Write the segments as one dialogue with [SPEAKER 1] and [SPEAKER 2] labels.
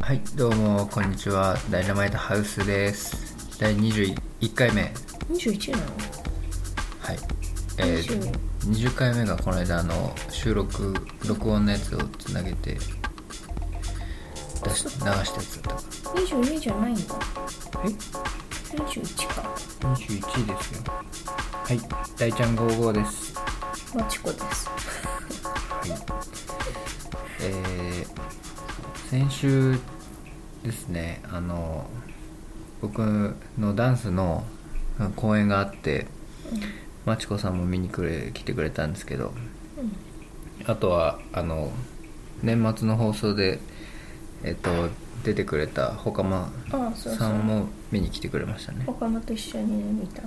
[SPEAKER 1] はい、どうもこんにちは。ダイナマイトハウスです。第21回目。
[SPEAKER 2] 21なの？
[SPEAKER 1] はい。20回目がこの間録音のやつをつなげて流したやつだったか
[SPEAKER 2] 22じゃないんだ。
[SPEAKER 1] え
[SPEAKER 2] 21か。
[SPEAKER 1] 21ですよ。はい、大ちゃん55です。
[SPEAKER 2] マチコです。
[SPEAKER 1] はい。先週ですね、僕のダンスの公演があって、マチコさんも見に来てくれたんですけど、あとは年末の放送で出てくれたほかまさんも見に来てくれましたね。
[SPEAKER 2] ほかまと一緒に見た。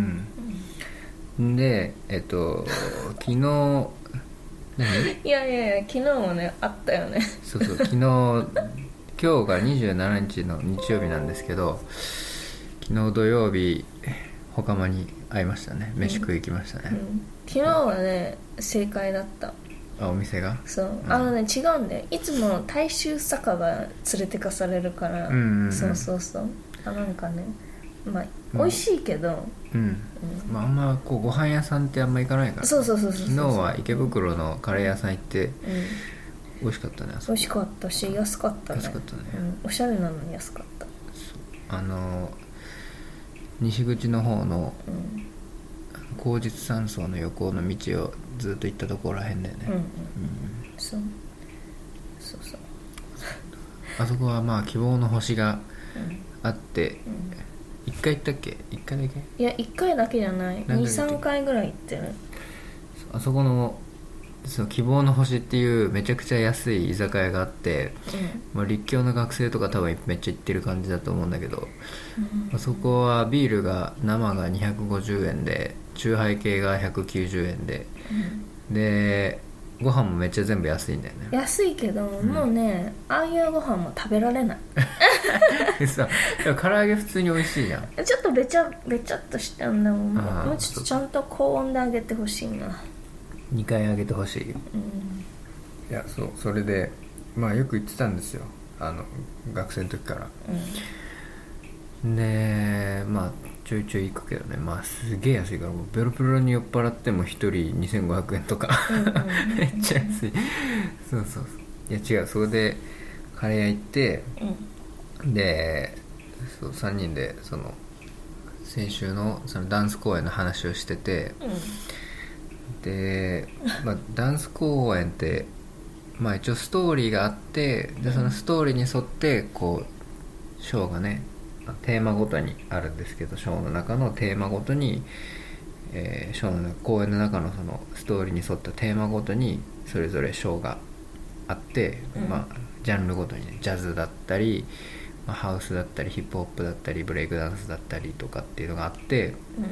[SPEAKER 1] で昨日
[SPEAKER 2] いや昨日もねあったよね。
[SPEAKER 1] そう昨日今日が27日の日曜日なんですけど、昨日土曜日ほかまに会いましたね。飯食い行きましたね。
[SPEAKER 2] 昨日はね正解だった。
[SPEAKER 1] お店が
[SPEAKER 2] そう、違うんだよ。いつも大衆酒場連れてかされるから、そうなんかね、まあ美味しいけど、
[SPEAKER 1] まあ、あんまこうご飯屋さんってあんま行かないから、
[SPEAKER 2] そう昨
[SPEAKER 1] 日は池袋のカレー屋さん行って、美味しかったね。
[SPEAKER 2] 美味しかったし安かったね。おしゃれなのに安かった。
[SPEAKER 1] 西口の方の後日山荘の横の道をずっと行ったところらへんだよね。そうあそこはまあ希望の星があって、1回行ったっけ？1回だけ？
[SPEAKER 2] いや1回だけじゃない、2,3 回ぐらい行ってる。
[SPEAKER 1] あそこのその希望の星っていうめちゃくちゃ安い居酒屋があって、まあ、立教の学生とか多分めっちゃ行ってる感じだと思うんだけど、あそこはビールが生が250円でチューハイ系が190円で、でご飯もめっちゃ全部安いんだよね。
[SPEAKER 2] 安いけど、もうねああいうご飯も食べられない。
[SPEAKER 1] さ唐揚げ普通に美味しいじゃん。
[SPEAKER 2] ちょっとべちゃっとしてんだもん。もうちょっとちゃんと高温で揚げてほしいな。
[SPEAKER 1] 2回揚げてほしいよ。いやそれでまあよく言ってたんですよ、学生の時から。でまあちょいちょい行くけどね、まあすげえ安いから、もうベロベロに酔っ払っても1人2500円とかめっちゃ安い。そういや違う、それでカレー屋行って、で3人で先週のそのダンス公演の話をしてて、で、まあ、ダンス公演って、まあ、一応ストーリーがあって、でそのストーリーに沿ってこうショーがねテーマごとにあるんですけど、ショーの中のテーマごとに、ショーの公演の中のそのストーリーに沿ったテーマごとにそれぞれショーがあって、まあ、ジャンルごとにね、ジャズだったり、まあ、ハウスだったりヒップホップだったりブレイクダンスだったりとかっていうのがあって、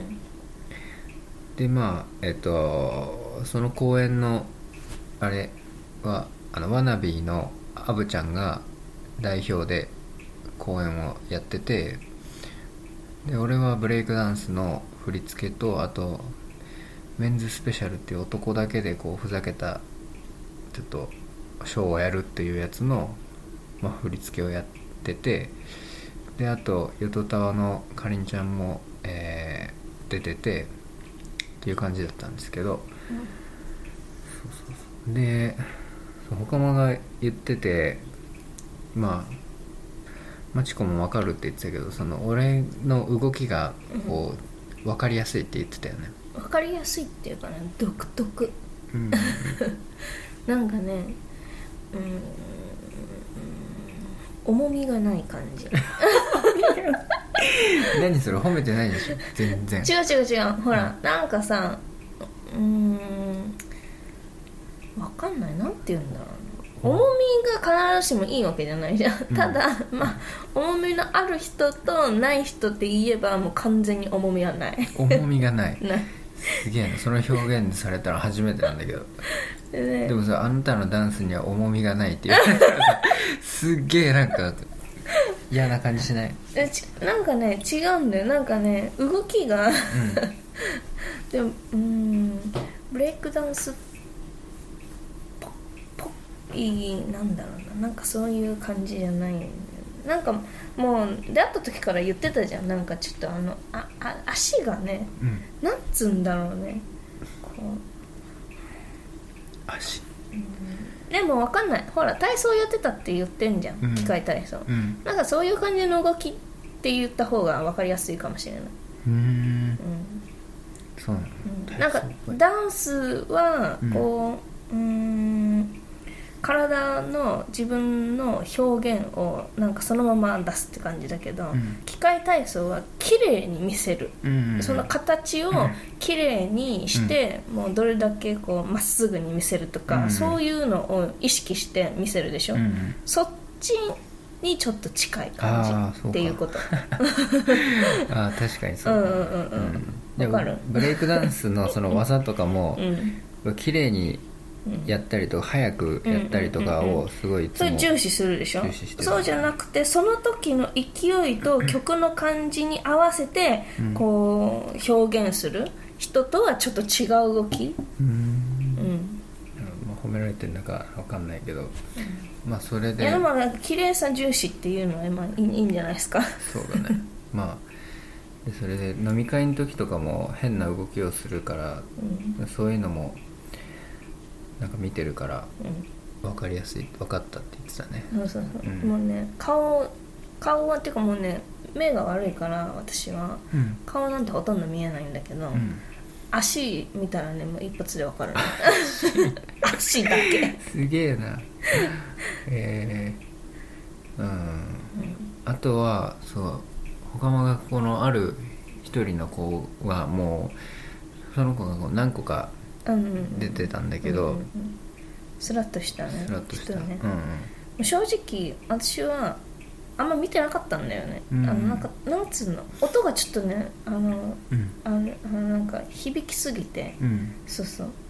[SPEAKER 1] でまあその公演のあれはワナビーのアブちゃんが代表で公演をやってて、で俺はブレイクダンスの振り付けと、あとメンズスペシャルっていう男だけでこうふざけたちょっとショーをやるっていうやつの、まあ、振り付けをやってて、であとヨトタワのかりんちゃんも、出ててっていう感じだったんですけど、で他間が言ってて、まあマチコも分かるって言ってたけど、その俺の動きがこう分かりやすいって言ってたよね。
[SPEAKER 2] 分かりやすいっていうかね、独特、なんかね、重みがない感じ。
[SPEAKER 1] 何それ、褒めてないでしょ全然。
[SPEAKER 2] 違うほら、なんかさ、分かんない、なんて言うんだろう、重みが必ずしもいいわけじゃないじゃん。ただ、まあ重みのある人とない人って言えばもう完全に重みはない。
[SPEAKER 1] 重みがないすげえな、その表現されたら初めてなんだけど。でもさ、あなたのダンスには重みがないって言われたらさすっげえなんか嫌な感じしない？
[SPEAKER 2] なんかね違うんだよ。なんかね動きが、ブレイクダンスっいい、なんだろうな、なんかそういう感じじゃない。なんかもう出会った時から言ってたじゃん。なんかちょっと足がね、なんつうんだろうね、こう
[SPEAKER 1] 足、
[SPEAKER 2] でも分かんない。ほら体操やってたって言ってんじゃん、機械体操、なんかそういう感じの動きって言った方が分かりやすいかもしれない。
[SPEAKER 1] そうなの、
[SPEAKER 2] なんかダンスはこう、体の自分の表現をなんかそのまま出すって感じだけど、機械体操は綺麗に見せる、その形を綺麗にして、もうどれだけこうまっすぐに見せるとか、そういうのを意識して見せるでしょ、そっちにちょっと近い感じっていうこと。
[SPEAKER 1] あ、確かにそう。でもブレイクダンスのその技とかも綺麗にやったりとか早くやったりとかをすごいいつも
[SPEAKER 2] それ重視するでしょ。そうじゃなくて、その時の勢いと曲の感じに合わせてこう表現する人とはちょっと違う動き。
[SPEAKER 1] 褒められてるのか分かんないけど、まあそれで
[SPEAKER 2] いやでも綺麗さ重視っていうのはまあいいんじゃないですか。
[SPEAKER 1] そうだね。まあでそれで飲み会の時とかも変な動きをするから、そういうのもなんか見てるから分かりやすい、分かったって言ってたね。
[SPEAKER 2] そう、もうね顔はっていうかもうね目が悪いから私は、顔なんてほとんど見えないんだけど、足見たらねもう一発で分かる、ね、足だけ
[SPEAKER 1] すげえな。あとはそう他の学校のある一人の子はもうその子がこう何個か出てたんだけど、
[SPEAKER 2] スラッとしたね、
[SPEAKER 1] スラッとしたね、
[SPEAKER 2] 正直私はあんま見てなかったんだよね、なんつうの、音がちょっとねなんか響きすぎて、そう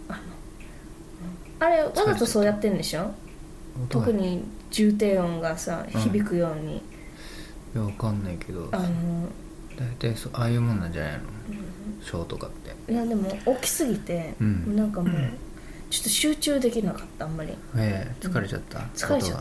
[SPEAKER 2] あれわざとそうやってんでしょ、特に重低音がさ響くように、
[SPEAKER 1] いやわかんないけど大体ああいうもんなんじゃないの、ショーとかって。
[SPEAKER 2] いやでも大きすぎて、なんかもうちょっと集中できなかった、あんまり。
[SPEAKER 1] 疲れちゃった、
[SPEAKER 2] 疲れちゃった、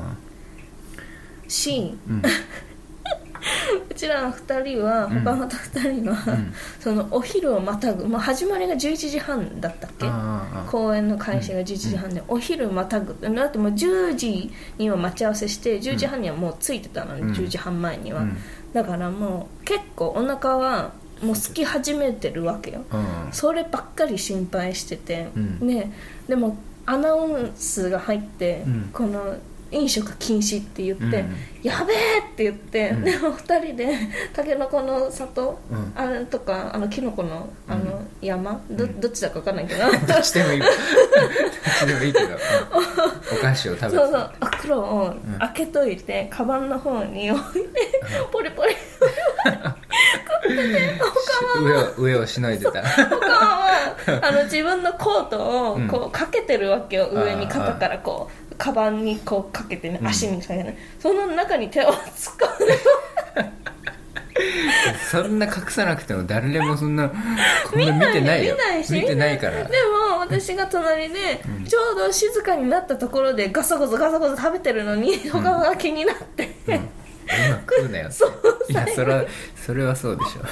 [SPEAKER 2] し、うちらの2人は他の2人は、そのお昼をまたぐ、始まりが11時半だったっけ、公演の開始が11時半で、お昼またぐ、だってもう10時には待ち合わせして10時半にはもう着いてたのに、10時半前には、だからもう結構お腹はもう空き始めてるわけよ、そればっかり心配してて、ね、でもアナウンスが入って、この飲食禁止って言って、やべえって言って、でも2人でタケノコの里、あれとかキノコの山、どっちだか分かんないけど、
[SPEAKER 1] どっちでもいいどっちでもいいけど、お菓子を食べて、
[SPEAKER 2] そう袋を開けといて、カバンの方に置いて、ポリポリ
[SPEAKER 1] 上をしのいでた。
[SPEAKER 2] 他は自分のコートをこうかけてるわけよ、上に肩からこうカバンにこうかけてね、足にかけてね、その中に手を突っ込んで
[SPEAKER 1] そんな隠さなくても誰でもこんな見てないよ、見てないから。
[SPEAKER 2] でも私が隣で、ちょうど静かになったところでガサゴソ食べてるのに、他が気になって、
[SPEAKER 1] 今食うなよって。いやそれはそうでしょ。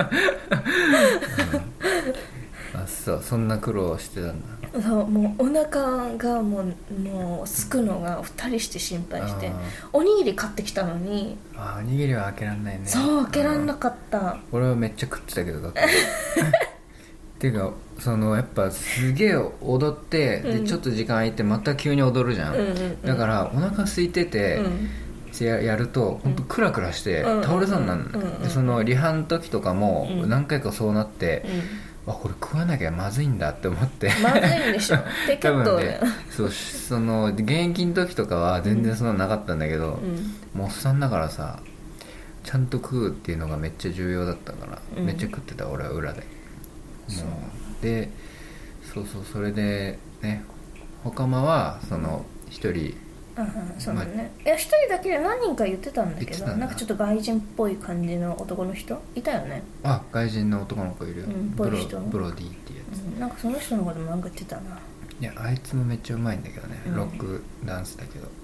[SPEAKER 1] そんな苦労してたんだ。
[SPEAKER 2] そう、もうお腹がもうすくのが2人して心配して、おにぎり買ってきたのに、
[SPEAKER 1] おにぎりは開けらんないね。
[SPEAKER 2] そう、開けらんなかった。
[SPEAKER 1] 俺はめっちゃ食ってたけど、学校っていうかやっぱすげえ踊って、でちょっと時間空いてまた急に踊るじゃん、だからお腹空いてて、やると本当クラクラして倒れそうになるの。でそのリハの時とかも何回かそうなって、これ食わなきゃまずいんだって思って。
[SPEAKER 2] まずいんでしょ低血糖で、
[SPEAKER 1] その現役の時とかは全然そんなのなかったんだけど、もうおっさんだからさ、ちゃんと食うっていうのがめっちゃ重要だったから、めっちゃ食ってた俺は裏で。でそれでね、他間は一人、
[SPEAKER 2] そうだね、いや一人だけで何人か言ってたんだけど、なんかちょっと外人っぽい感じの男の人いたよね。
[SPEAKER 1] 外人の男の子いるよ、
[SPEAKER 2] ぽい人、
[SPEAKER 1] ブロディっていうやつ、
[SPEAKER 2] なんかその人のこともなんか言ってたな。
[SPEAKER 1] いやあいつもめっちゃうまいんだけどね、ロックダンスだけど。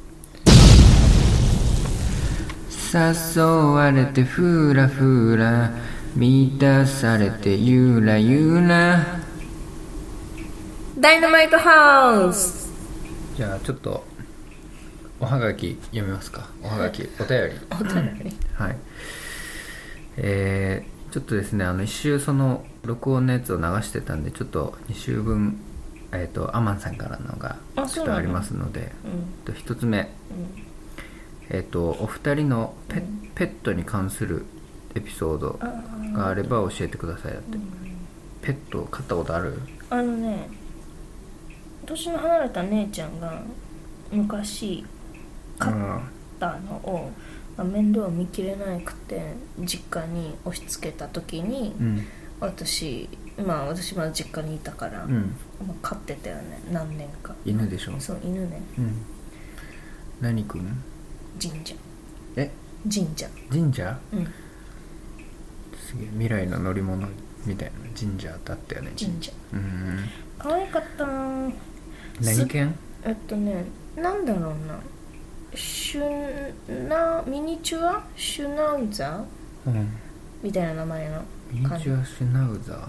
[SPEAKER 1] 誘われてふらふら満たされてゆらゆら。
[SPEAKER 2] ダイナマイトハウス。
[SPEAKER 1] じゃあちょっとおはがき読みますか。おはがきお便り
[SPEAKER 2] お便り
[SPEAKER 1] はい。ちょっとですね、一周その録音のやつを流してたんで、ちょっと2週分アマンさんからのがちょっとありますので、1つ目、お二人のペットに関するエピソードがあれば教えてくださいだって。ペット飼ったことある？
[SPEAKER 2] 年の離れた姉ちゃんが昔飼ったのを、面倒見きれなくて実家に押し付けた時に、私まだ実家にいたから、飼ってたよね、何年か。
[SPEAKER 1] 犬でしょ？
[SPEAKER 2] そう、犬ね。
[SPEAKER 1] 何くん？
[SPEAKER 2] 神社。
[SPEAKER 1] 神社？すげえ未来の乗り物みたいな神社だったよね。
[SPEAKER 2] 神社。可愛かったー。
[SPEAKER 1] 何犬？
[SPEAKER 2] なんだろうな、ミニチュアシュナウザー、みたいな名前の
[SPEAKER 1] ミニチュアシュナウザ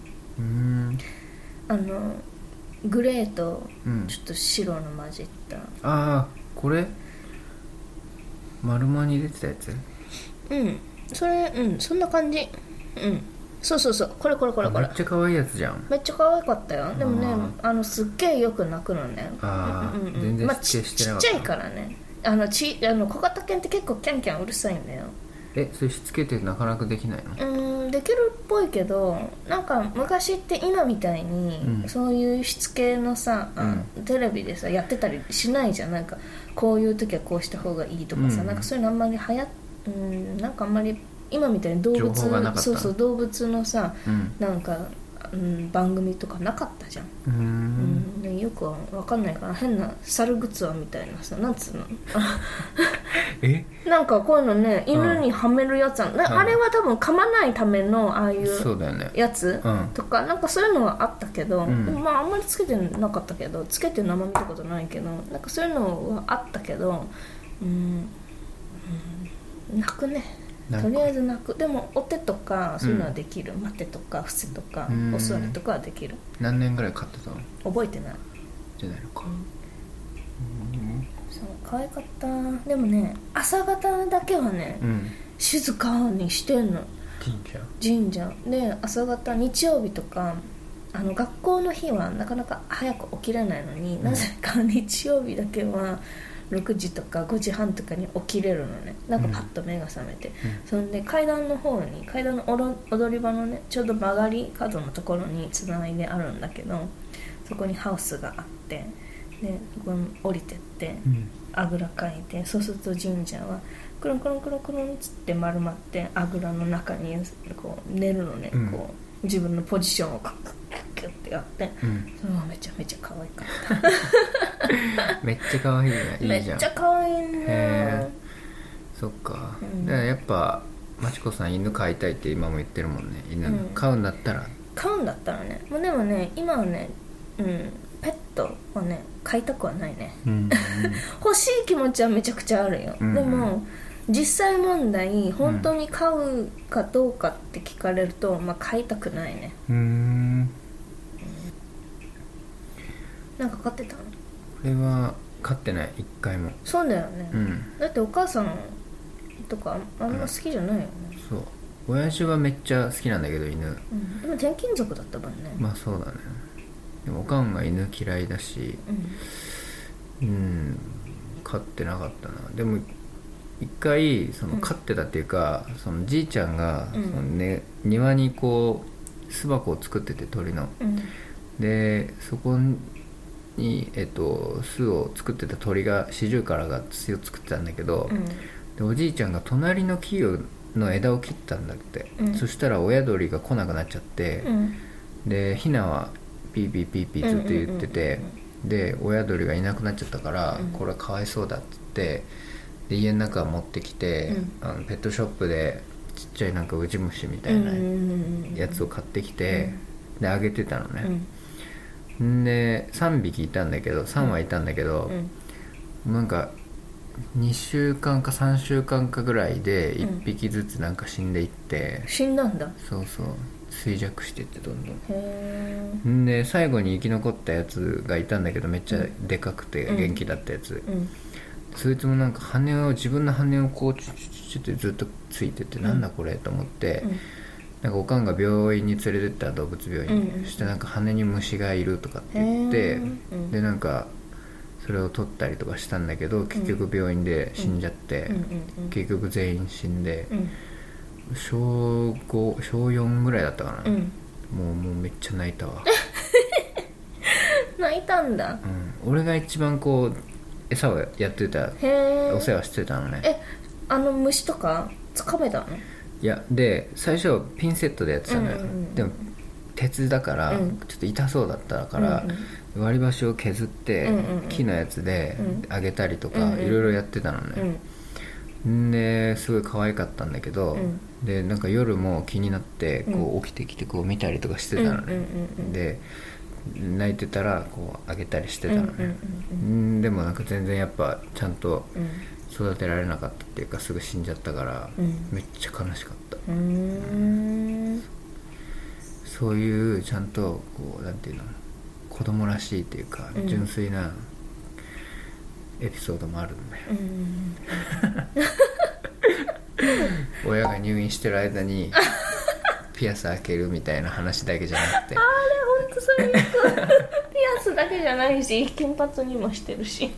[SPEAKER 1] ー。
[SPEAKER 2] グレーとちょっと白の混じった、
[SPEAKER 1] ああ、これマルマに出てたやつ？
[SPEAKER 2] それ、そんな感じ。そうこれ
[SPEAKER 1] めっちゃ可愛いやつじゃん。
[SPEAKER 2] めっちゃ可愛かったよ。でもね、すっげえよく鳴くのね。
[SPEAKER 1] 全然しつけしてなかった。
[SPEAKER 2] ちっちゃいからね。小型犬って結構キャンキャンうるさいんだよ。
[SPEAKER 1] それしつけてなかなかできない
[SPEAKER 2] の？できるっぽいけど、なんか昔って今みたいに、そういうしつけのさ、テレビでさやってたりしないじゃん。なんかこういう時はこうした方がいいとかさ、なんかそういうのあんまりなんかあんまり今みたいに動物、動物のさ、なんか、番組とかなかったじゃん。よくわかんないから変な猿グッズみたいなさ、なんつうのなんかこういうのね、犬にはめるやつあれは多分噛まないためのああいうやつとか、なんかそういうのはあったけど、あんまりつけてなかったけど、つけて生見たことないけど、なんかそういうのはあったけど、泣くね。とりあえず泣く。でもお手とかそういうのはできる、待てとか伏せとかお座りとかはできる。
[SPEAKER 1] 何年ぐらい飼ってたの？覚
[SPEAKER 2] えてない
[SPEAKER 1] じゃないのか。
[SPEAKER 2] そう、可愛かった。でもね、朝方だけはね、静かにしてんの。神社で朝方、日曜日とか学校の日はなかなか早く起きれないのに、なぜか日曜日だけは6時とか5時半とかに起きれるのね。なんかパッと目が覚めて、そんで階段の踊り場のね、ちょうど曲がり角のところにつないであるんだけど、そこにハウスがあって、でそこに降りてって、あぐらかいて、そうすると神社はクルンクルンクルンクルンっつって丸まってあぐらの中にこう寝るのね。こう自分のポジションをクックックッってやって、それはめちゃめちゃ可愛かった
[SPEAKER 1] めっちゃ可愛いね。いいじゃん。
[SPEAKER 2] めっちゃ可愛いね。
[SPEAKER 1] そっか。だからやっぱまちこさん犬飼いたいって今も言ってるもんね。犬飼うんだったら
[SPEAKER 2] ね。もうでもね、今はね、ペットはね飼いたくはないね。欲しい気持ちはめちゃくちゃあるよ。でも実際問題本当に飼うかどうかって聞かれると、飼いたくないね。なんか飼ってたの？こ
[SPEAKER 1] れは飼ってない、一回も。
[SPEAKER 2] そうだよね、だってお母さんとかあんま好きじゃないよね。
[SPEAKER 1] そう親父はめっちゃ好きなんだけど犬、
[SPEAKER 2] でも転勤族だったもんね。
[SPEAKER 1] そうだね。でもおかんが犬嫌いだし、飼ってなかったな。でも一回飼ってたっていうか、そのじいちゃんが庭にこう巣箱を作ってて鳥の、でそこに、巣を作ってた鳥がシジュウカラが巣を作ってたんだけど、でおじいちゃんが隣の木の枝を切ったんだって、そしたら親鳥が来なくなっちゃって、でヒナはピーピーピーピーずっと言ってて、で親鳥がいなくなっちゃったから、これはかわいそうだって言って、で家の中持ってきて、ペットショップでちっちゃいなんかウジ虫みたいなやつを買ってきて、であげてたのね。 で3匹いたんだけど3羽いたんだけど、なんか2週間か3週間かぐらいで1匹ずつなんか死んでいって、
[SPEAKER 2] 死んだんだ。
[SPEAKER 1] そうそう、衰弱していってどんどん。
[SPEAKER 2] へ
[SPEAKER 1] で最後に生き残ったやつがいたんだけど、めっちゃでかくて元気だったやつ、そいつもなんか自分の羽をこうチュチュチュってずっとついてて、なんだこれと思って、なんかおかんが病院に連れてった動物病院に、そしてなんか羽に虫がいるとかって言って、でなんかそれを取ったりとかしたんだけど、結局病院で死んじゃって、結局全員死んで、小5小4ぐらいだったかな、もうめっちゃ泣いたわ
[SPEAKER 2] 泣いたんだ。
[SPEAKER 1] 俺が一番こう餌をやってた、お世話してたのね。
[SPEAKER 2] 虫とか掴めたの？
[SPEAKER 1] いや、で最初ピンセットでやってたのよ、でも鉄だから、ちょっと痛そうだったから、割り箸を削って、木のやつであげたりとか、いろいろやってたのね、ですごい可愛かったんだけど、でなんか夜も気になってこう起きてきてこう見たりとかしてたのね、で泣いてたらこうあげたりしてたのね、でもなんか全然やっぱちゃんと育てられなかったっていうか、すぐ死んじゃったから、めっちゃ悲しかった。そういうちゃんとこうなんていうの、子供らしいっていうか、純粋なエピソードもあるんだよ、親が入院してる間にピアス開けるみたいな話だけじゃなくて、
[SPEAKER 2] あれほんと最悪ピアスだけじゃないし、金髪にもしてるし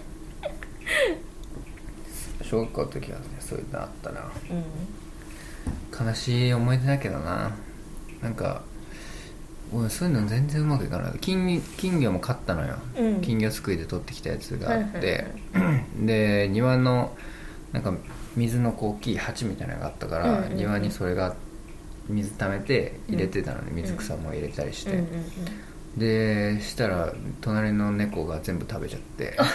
[SPEAKER 1] 小学校の時はね、そういうのあったな、悲しい思い出だけどな。なんか俺そういうの全然うまくいかない。金魚も飼ったのよ、金魚すくいで取ってきたやつがあって、で庭のなんか水のこう大きい鉢みたいなのがあったから、庭にそれが水溜めて入れてたので、水草も入れたりして、でしたら隣の猫が全部食べちゃってで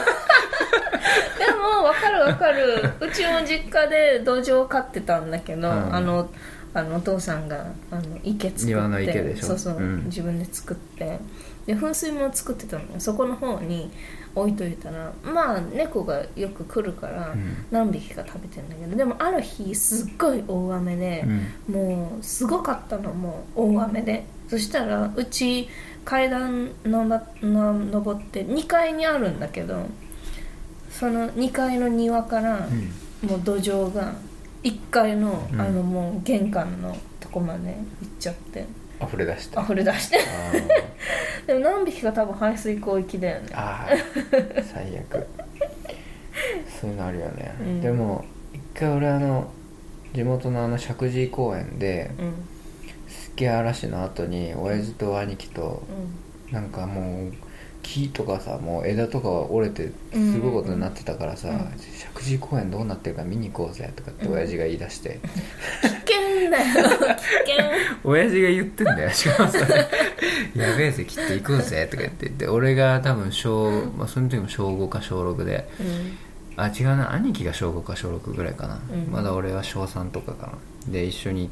[SPEAKER 2] も分かるうちも実家で土壌を飼ってたんだけど、お父さんが池作って、
[SPEAKER 1] 庭の池でしょ、
[SPEAKER 2] そう、自分で作って、で噴水も作ってたのよ。そこの方に置いといたら、まあ猫がよく来るから何匹か食べてんだけど、でもある日すっごい大雨で、もうすごかったの、もう大雨で。そしたらうち階段登って2階にあるんだけど、その2階の庭からもう土壌が1階のもう玄関のとこまで行っちゃって
[SPEAKER 1] 溢れ出して
[SPEAKER 2] でも何匹か多分排水溝行きだよね。
[SPEAKER 1] 最悪そういうのあるよね、でも一回俺地元の石神井公園で、すっげえ嵐の後に親父と兄貴と、なんかもう木とかさ、もう枝とか折れてすごいことになってたからさ、石神井公園どうなってるか見に行こうぜとかって親父が言い出して、
[SPEAKER 2] 危険だよ危険
[SPEAKER 1] 親父が言ってんだよ、しかもさやべえぜきっと行こうぜとか言って、俺が多分その時も小5か小6で、違うな、兄貴が小5か小6ぐらいかな、まだ俺は小3とかかなで一緒に行って、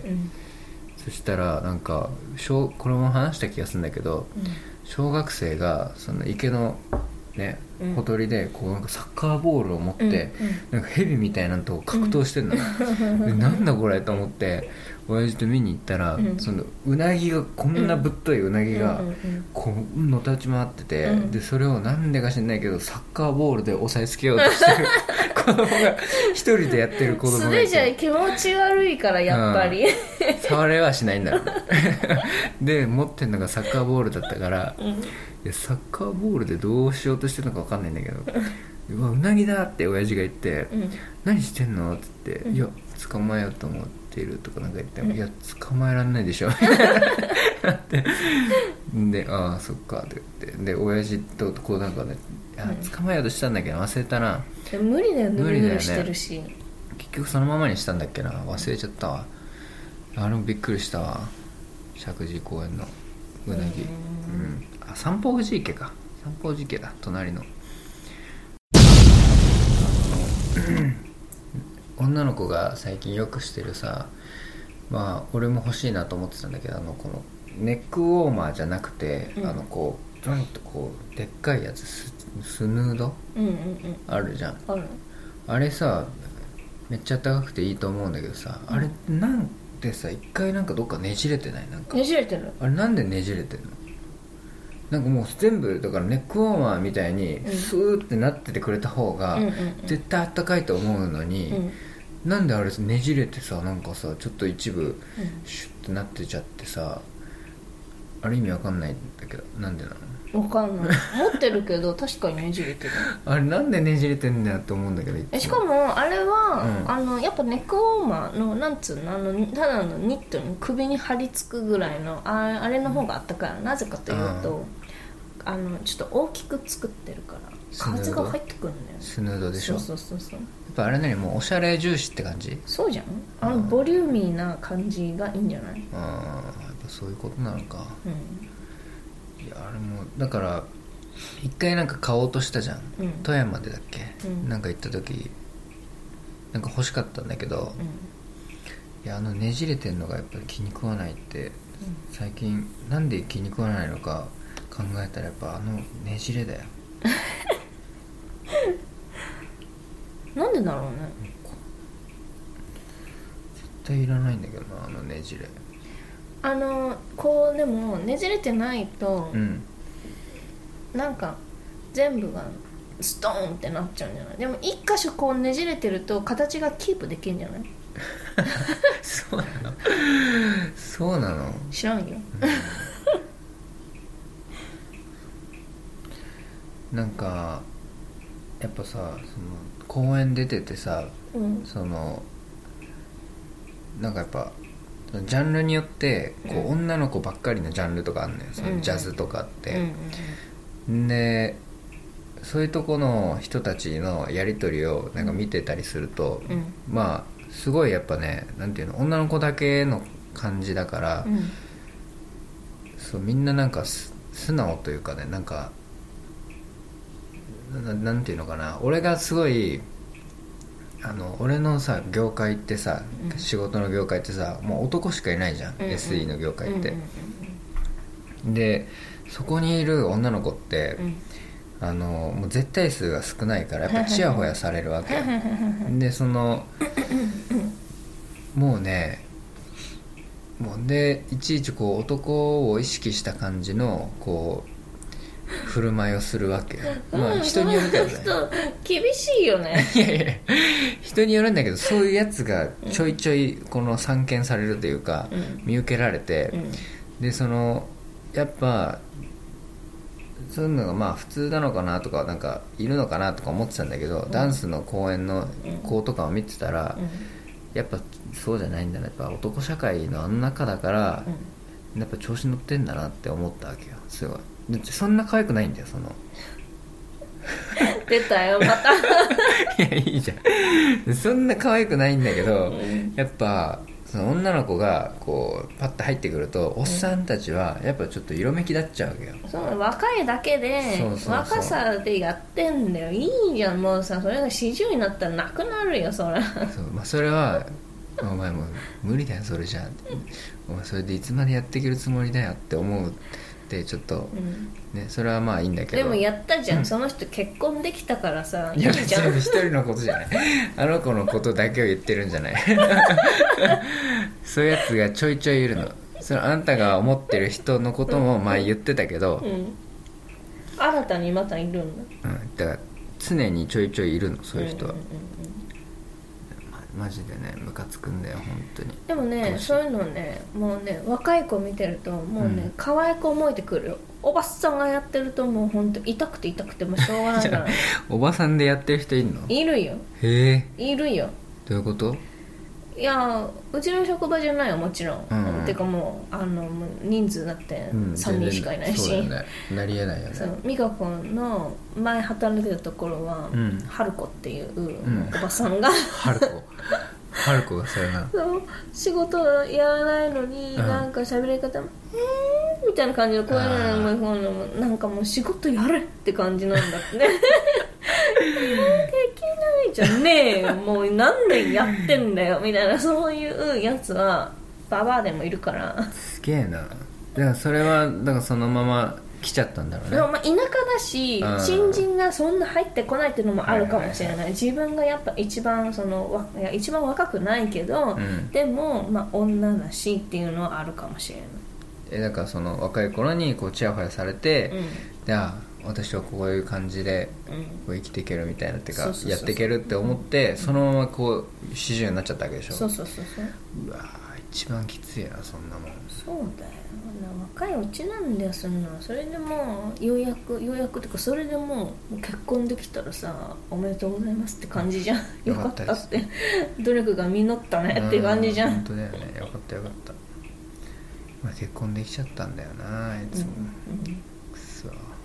[SPEAKER 1] そしたらなんかこれも話した気がするんだけど、小学生がその池のね、ほとりでこうなんかサッカーボールを持って、なんか蛇みたいなのと格闘してんの、でなんだこれと思って親父と見に行ったら、そのうなぎが、こんなぶっというなぎがこうのたち回ってて、でそれをなんでか知んないけどサッカーボールで押さえつけようとしてる子供が一人でやってる子供がいて、素
[SPEAKER 2] 手じゃ気持ち悪いからやっぱり、
[SPEAKER 1] 触れはしないんだろうで持ってんのがサッカーボールだったから、サッカーボールでどうしようとしてるのか分かんないんだけどうわうなぎだって親父が言って、何してんのって言って、いや捕まえようと思ってるとかなんか言って、いや捕まえられないでしょでああそっかって言って、で親父とこうなんかね、捕まえようとしたんだけど忘れたな。
[SPEAKER 2] 無理だよ、ぬるぬるしてるし、
[SPEAKER 1] 結局そのままにしたんだっけな、忘れちゃったわ。あれもびっくりしたわ、石神井公園のうなぎ。三宝寺池か、三宝寺池だ、隣の女の子が最近よくしてるさ、まあ俺も欲しいなと思ってたんだけど、このネックウォーマーじゃなくて、
[SPEAKER 2] うん、
[SPEAKER 1] こうちょんとこうでっかいやつ、スヌード、
[SPEAKER 2] うんうんうん、
[SPEAKER 1] あるじゃん。
[SPEAKER 2] ある。
[SPEAKER 1] あれさめっちゃ高くていいと思うんだけどさ、あれなんでさ、一回なんかどっかねじれてない？なんか
[SPEAKER 2] ねじれてる。
[SPEAKER 1] あれなんでねじれてんの？なんかもう全部だからネックウォーマーみたいにスーってなっててくれた方が絶対あったかいと思うのに、なんであれねじれてさ、なんかさちょっと一部シュッてなってちゃってさ、あれ意味わかんないんだけど、なんでなの？
[SPEAKER 2] わかんない。持ってるけど確かにねじれてる。
[SPEAKER 1] あれなんでねじれてんだよって思うんだけど、
[SPEAKER 2] しかもあれは、やっぱネックウォーマーのなんつうの、ただのニットに首に張り付くぐらいのあれの方があったかい。なぜかというと、ちょっと大きく作ってるから風が入ってくるんだよ。
[SPEAKER 1] スヌードでしょ。
[SPEAKER 2] そうそうそうそう。
[SPEAKER 1] やっぱあれ何、もうおしゃれ重視って感じ？
[SPEAKER 2] そうじゃん。ボリューミーな感じがいいんじゃない？
[SPEAKER 1] ああ、やっぱそういうことなのか。
[SPEAKER 2] うん。
[SPEAKER 1] いやあれもだから一回なんか買おうとしたじゃん、
[SPEAKER 2] うん、
[SPEAKER 1] 富山でだっけ、
[SPEAKER 2] うん、
[SPEAKER 1] なんか行った時なんか欲しかったんだけど、いやねじれてんのがやっぱり気に食わないって、最近なんで気に食わないのか考えたらやっぱねじれだよ
[SPEAKER 2] なんでだろうね。
[SPEAKER 1] 絶対いらないんだけどな、ねじれ。
[SPEAKER 2] こうでもねじれてないと、なんか全部がストーンってなっちゃうんじゃない？でも一箇所こうねじれてると形がキープできるんじゃない？
[SPEAKER 1] そうなの？そうなの？
[SPEAKER 2] 知らんよ、
[SPEAKER 1] なんかやっぱさ、その公園出ててさ、なんかやっぱジャンルによってこう、女の子ばっかりのジャンルとかあるのよ、そのジャズとかって、でそういうとこの人たちのやり取りをなんか見てたりすると、まあすごいやっぱね、なんていうの、女の子だけの感じだから、そうみんななんか素直というかね、なんかなんていうのかな、俺がすごい俺のさ業界ってさ、仕事の業界ってさもう男しかいないじゃん、SE の業界って、でそこにいる女の子って、もう絶対数が少ないからやっぱチヤホヤされるわけよでもうね、もうでいちいちこう男を意識した感じのこう振る舞いをするわけよ。まあ人によるけどね。
[SPEAKER 2] 厳しいよね。
[SPEAKER 1] いやいや人によるんだけど、そういうやつがちょいちょいこの散見されるというか、見受けられて、でやっぱそういうのがまあ普通なのかなとか、なんかいるのかなとか思ってたんだけど、ダンスの公演の子とかを見てたら、やっぱそうじゃないんだな、やっぱ男社会の中だから、やっぱ調子乗ってんだなって思ったわけよ。すごい。そんな可愛くないんだよ、
[SPEAKER 2] 出たよまた
[SPEAKER 1] いやいいじゃん、そんな可愛くないんだけど、やっぱその女の子がこうパッと入ってくると、おっさんたちはやっぱちょっと色めき立っちゃうわけよ。
[SPEAKER 2] そう若いだけで、若さでやってんだよ。いいじゃん、もうさ、それが40になったらなくなるよ、それ。
[SPEAKER 1] そう、まあ、それはお前もう無理だよそれじゃ、お前それでいつまでやっていけるつもりだよって思うってちょっと、ね、それはまあいいんだけど、
[SPEAKER 2] でもやったじゃん、その人結婚できたからさ、いい
[SPEAKER 1] や
[SPEAKER 2] じゃん。
[SPEAKER 1] 全部一人のことじゃないあの子のことだけを言ってるんじゃないそういうやつがちょいちょいいるの。それあんたが思ってる人のことも前言ってたけど、
[SPEAKER 2] 新たにまたいるんだ。
[SPEAKER 1] だから常にちょいちょいいるの、そういう人は。マジでねムカつくんだよ本当に。
[SPEAKER 2] でもね、そういうのね、もうね、若い子見てるともうね、可愛く思えてくるよ。おばさんがやってるともう本当痛くて痛くてもしょうがないから
[SPEAKER 1] おばさんでやってる人いるの？
[SPEAKER 2] いるよ。
[SPEAKER 1] へえ、
[SPEAKER 2] いるよ。
[SPEAKER 1] どういうこと？
[SPEAKER 2] いや、うちの職場じゃないよ、もちろん、てかもうもう人数だって3人しかいないし、
[SPEAKER 1] そうだね、なりえないよね。
[SPEAKER 2] そう美香子の前働いてたところは、春子っていうおばさんが
[SPEAKER 1] 春子がそれな
[SPEAKER 2] そう仕事やらないのに、なんか喋り方もみたいな感じの声なんかもう仕事やれって感じなんだってねできないじゃんねえもう何年やってんだよみたいな、そういうやつはババアでもいるから。
[SPEAKER 1] すげえな。 だからそれはだからそのまま来ちゃったんだろうね。
[SPEAKER 2] でもまあ田舎だし新人がそんな入ってこないっていうのもあるかもしれない、はいはいはい、自分がやっぱ一番いや一番若くないけど、でもまあ女だしっていうのはあるかもしれない。
[SPEAKER 1] だからその若い頃にこうチヤホヤされて、じゃあ私はこういう感じでこう生きていけるみたいなっていうか、やっていけるって思って、そのままこう40になっちゃったわけでしょ。
[SPEAKER 2] そうそう
[SPEAKER 1] うわ一番きついなそんなもん。
[SPEAKER 2] そうだよ、若いうちなんだよそんな。それでもうようやくっていうか、それでもう結婚できたらさおめでとうございますって感じじゃん。よかったって努力が実ったねって感じじゃん。
[SPEAKER 1] 本当だよね。よかったよかった、まあ、結婚できちゃったんだよなあいつも、くそ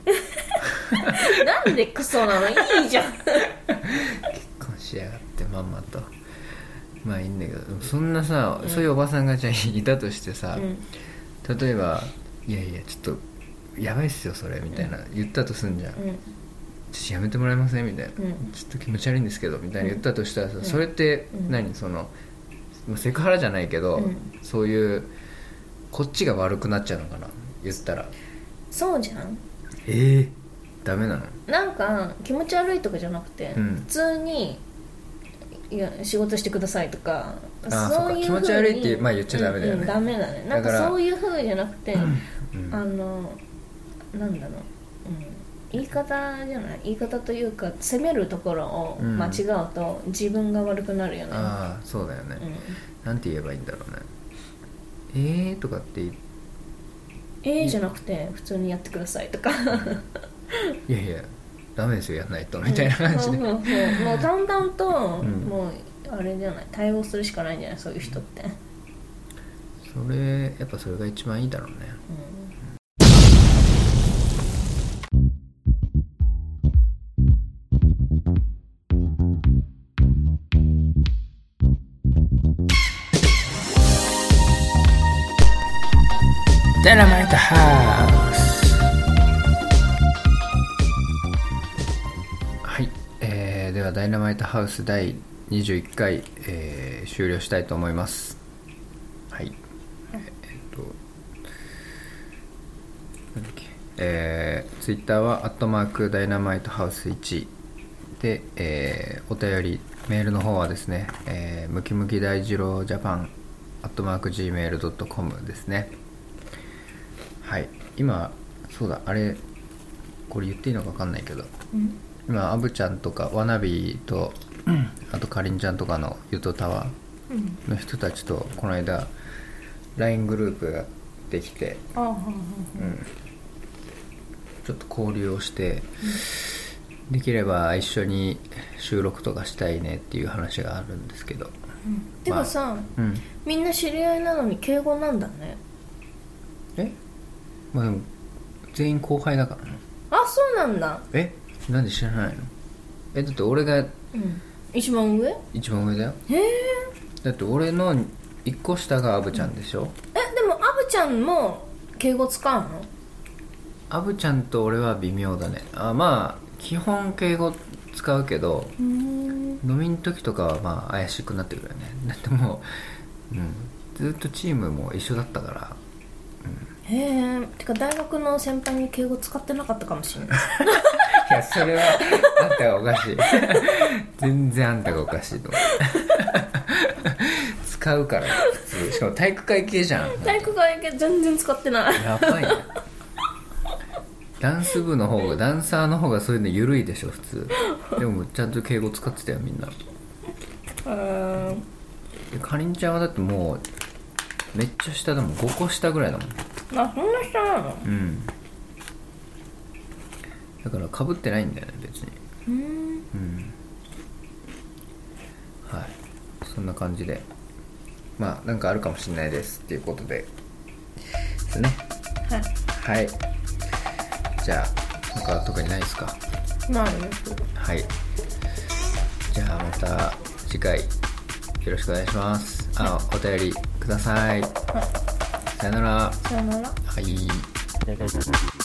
[SPEAKER 2] なんでクソなの。いいじゃん
[SPEAKER 1] 結婚しやがってまんまと。まあいいんだけど、そんなさ、そういうおばさんがじゃあいたとしてさ、例えばいやいやちょっとやばいっすよそれみたいな言ったとすんじゃん、ちょっとやめてもらえませんみたいな、ちょっと気持ち悪いんですけどみたいな言ったとしたらさ、それって何、そのセクハラじゃないけど、そういうこっちが悪くなっちゃうのかな、言ったら。
[SPEAKER 2] そうじゃん。
[SPEAKER 1] ダメなの。
[SPEAKER 2] なんか気持ち悪いとかじゃなくて、普通にいや仕事してくださいとか、そういう気持ち悪いって、まあ、言っちゃダメだよね、ダメだね。なんかそういう風じゃなくて、なんだろう、言い方じゃない、言い方というか責めるところを間違うと自分が悪くなるよね。
[SPEAKER 1] ああそうだよね、なんて言えばいいんだろうね。とかって
[SPEAKER 2] じゃなくて普通にやってくださいとか
[SPEAKER 1] いやいやダメですよやんないとみたいな感じで、もう
[SPEAKER 2] 淡々と、もうあれじゃない、対応するしかないんじゃない、そういう人って。
[SPEAKER 1] それやっぱそれが一番いいだろうね。ダイナマイトハウス。はい、ではダイナマイトハウス第21回、終了したいと思います。はい、なんだっけ、ツイッターは@ダイナマイトハウス1で、お便りメールの方はですね、ムキムキ大二郎ジャパン@gmail.com ですね。はい、今そうだ、あれこれ言っていいのか分かんないけど、今アブちゃんとかワナビーと、あとかりんちゃんとかのゆとタワーの人たちとこの間 LINE グループができて、ちょっと交流をして、できれば一緒に収録とかしたいねっていう話があるんですけど、
[SPEAKER 2] てかさ、みんな知り合いなのに敬語なんだね。
[SPEAKER 1] まあでも全員後輩だからね。
[SPEAKER 2] あ、そうなんだ。
[SPEAKER 1] なんで知らないの？だって俺が、
[SPEAKER 2] 一番上？
[SPEAKER 1] 一番上だよ。だって俺の1個下がアブちゃんでしょ。
[SPEAKER 2] でもアブちゃんも敬語使うの？
[SPEAKER 1] アブちゃんと俺は微妙だね。まあ基本敬語使うけど、飲みの時とかはまあ怪しくなってくるよね。だってもう、ずっとチームも一緒だったから。
[SPEAKER 2] てか大学の先輩に敬語使ってなかったかもしれない
[SPEAKER 1] いやそれはあんたがおかしい全然あんたがおかしいと思う使うから普通。しかも体育会系じゃん。
[SPEAKER 2] 体育会系全然使ってない。
[SPEAKER 1] やばいね。ダンス部の方が、ダンサーの方がそういうの緩いでしょ普通。でもちゃんと敬語使ってたよみんな。かりんちゃんはだってもうめっちゃ下だもん。5個下ぐらいだもん。
[SPEAKER 2] そんな下なの？
[SPEAKER 1] だから被ってないんだよね別に。はい、そんな感じで、まあなんかあるかもしれないですっていうことでですね。はい、じゃあなんか特にないですか？はい、じゃあまた次回よろしくお願いします。お便りください。さよなら。
[SPEAKER 2] さよなら。
[SPEAKER 1] はい。